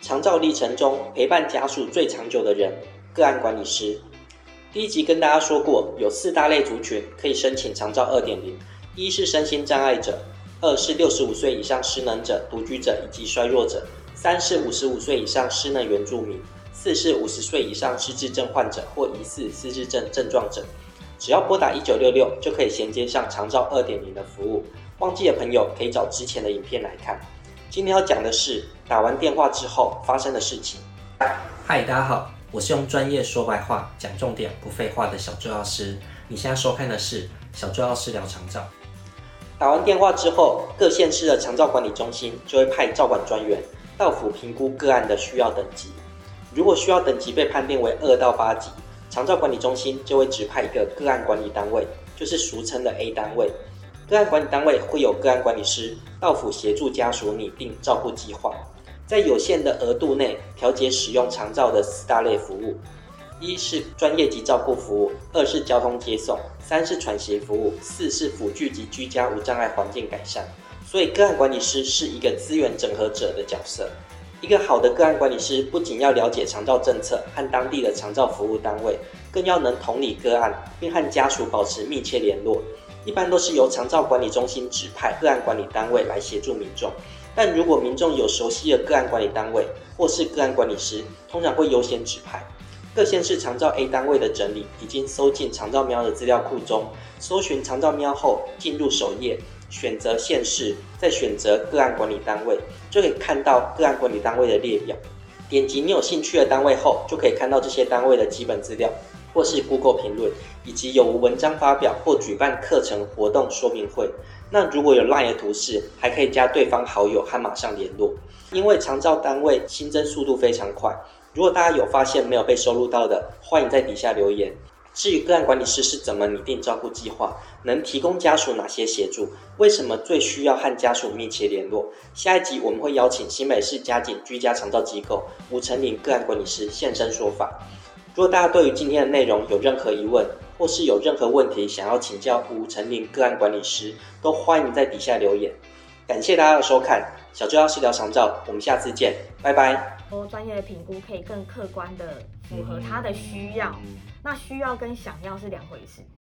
长照历程中陪伴家属最长久的人——个案管理师。第一集跟大家说过，有4大类族群可以申请长照 2.0， 一是身心障碍者，二是65岁以上失能者、独居者以及衰弱者，三是55岁以上失能原住民，四是50岁以上失智症患者或疑似失智症症状者。只要拨打1966就可以衔接上长照 2.0 的服务。忘记的朋友可以找之前的影片来看。今天要讲的是打完电话之后发生的事情。 嗨，大家好，我是用专业说白话、讲重点、不废话的小周药师。你现在收看的是小周药师聊长照。 打完电话之后，各县市的长照管理中心就会派照管专员到府评估个案的需要等级。如果需要等级被判定为2到8级，长照管理中心就会指派一个个案管理单位，就是俗称的 A 单位。个案管理单位会有个案管理师到府协助家属拟定照顾计划，在有限的额度内调节使用长照的4大类服务：一是专业级照顾服务，二是交通接送，三是喘息服务，四是辅具及居家无障碍环境改善。所以个案管理师是一个资源整合者的角色。一个好的个案管理师不仅要了解长照政策和当地的长照服务单位，更要能同理个案，并和家属保持密切联络。一般都是由长照管理中心指派个案管理单位来协助民众，但如果民众有熟悉的个案管理单位或是个案管理师，通常会优先指派。各县市长照 A 单位的整理已经收进长照喵的资料库中，搜寻长照喵后进入首页，选择县市，再选择个案管理单位，就可以看到个案管理单位的列表。点击你有兴趣的单位后，就可以看到这些单位的基本资料，或是 Google 评论，以及有无文章发表或举办课程活动说明会。那如果有 LINE 的图示，还可以加对方好友和马上联络。因为长照单位新增速度非常快，如果大家有发现没有被收录到的，欢迎在底下留言。至于个案管理师是怎么拟定照顾计划，能提供家属哪些协助，为什么最需要和家属密切联络，下一集我们会邀请新北市嘉景居家长照机构吴成林个案管理师现身说法。如果大家对于今天的内容有任何疑问，或是有任何问题想要请教吴成林个案管理师，都欢迎在底下留言。感谢大家的收看，小周药师聊长照，我们下次见，拜拜。 专业的评估可以更客观的符合他的需要，那需要跟想要是2回事。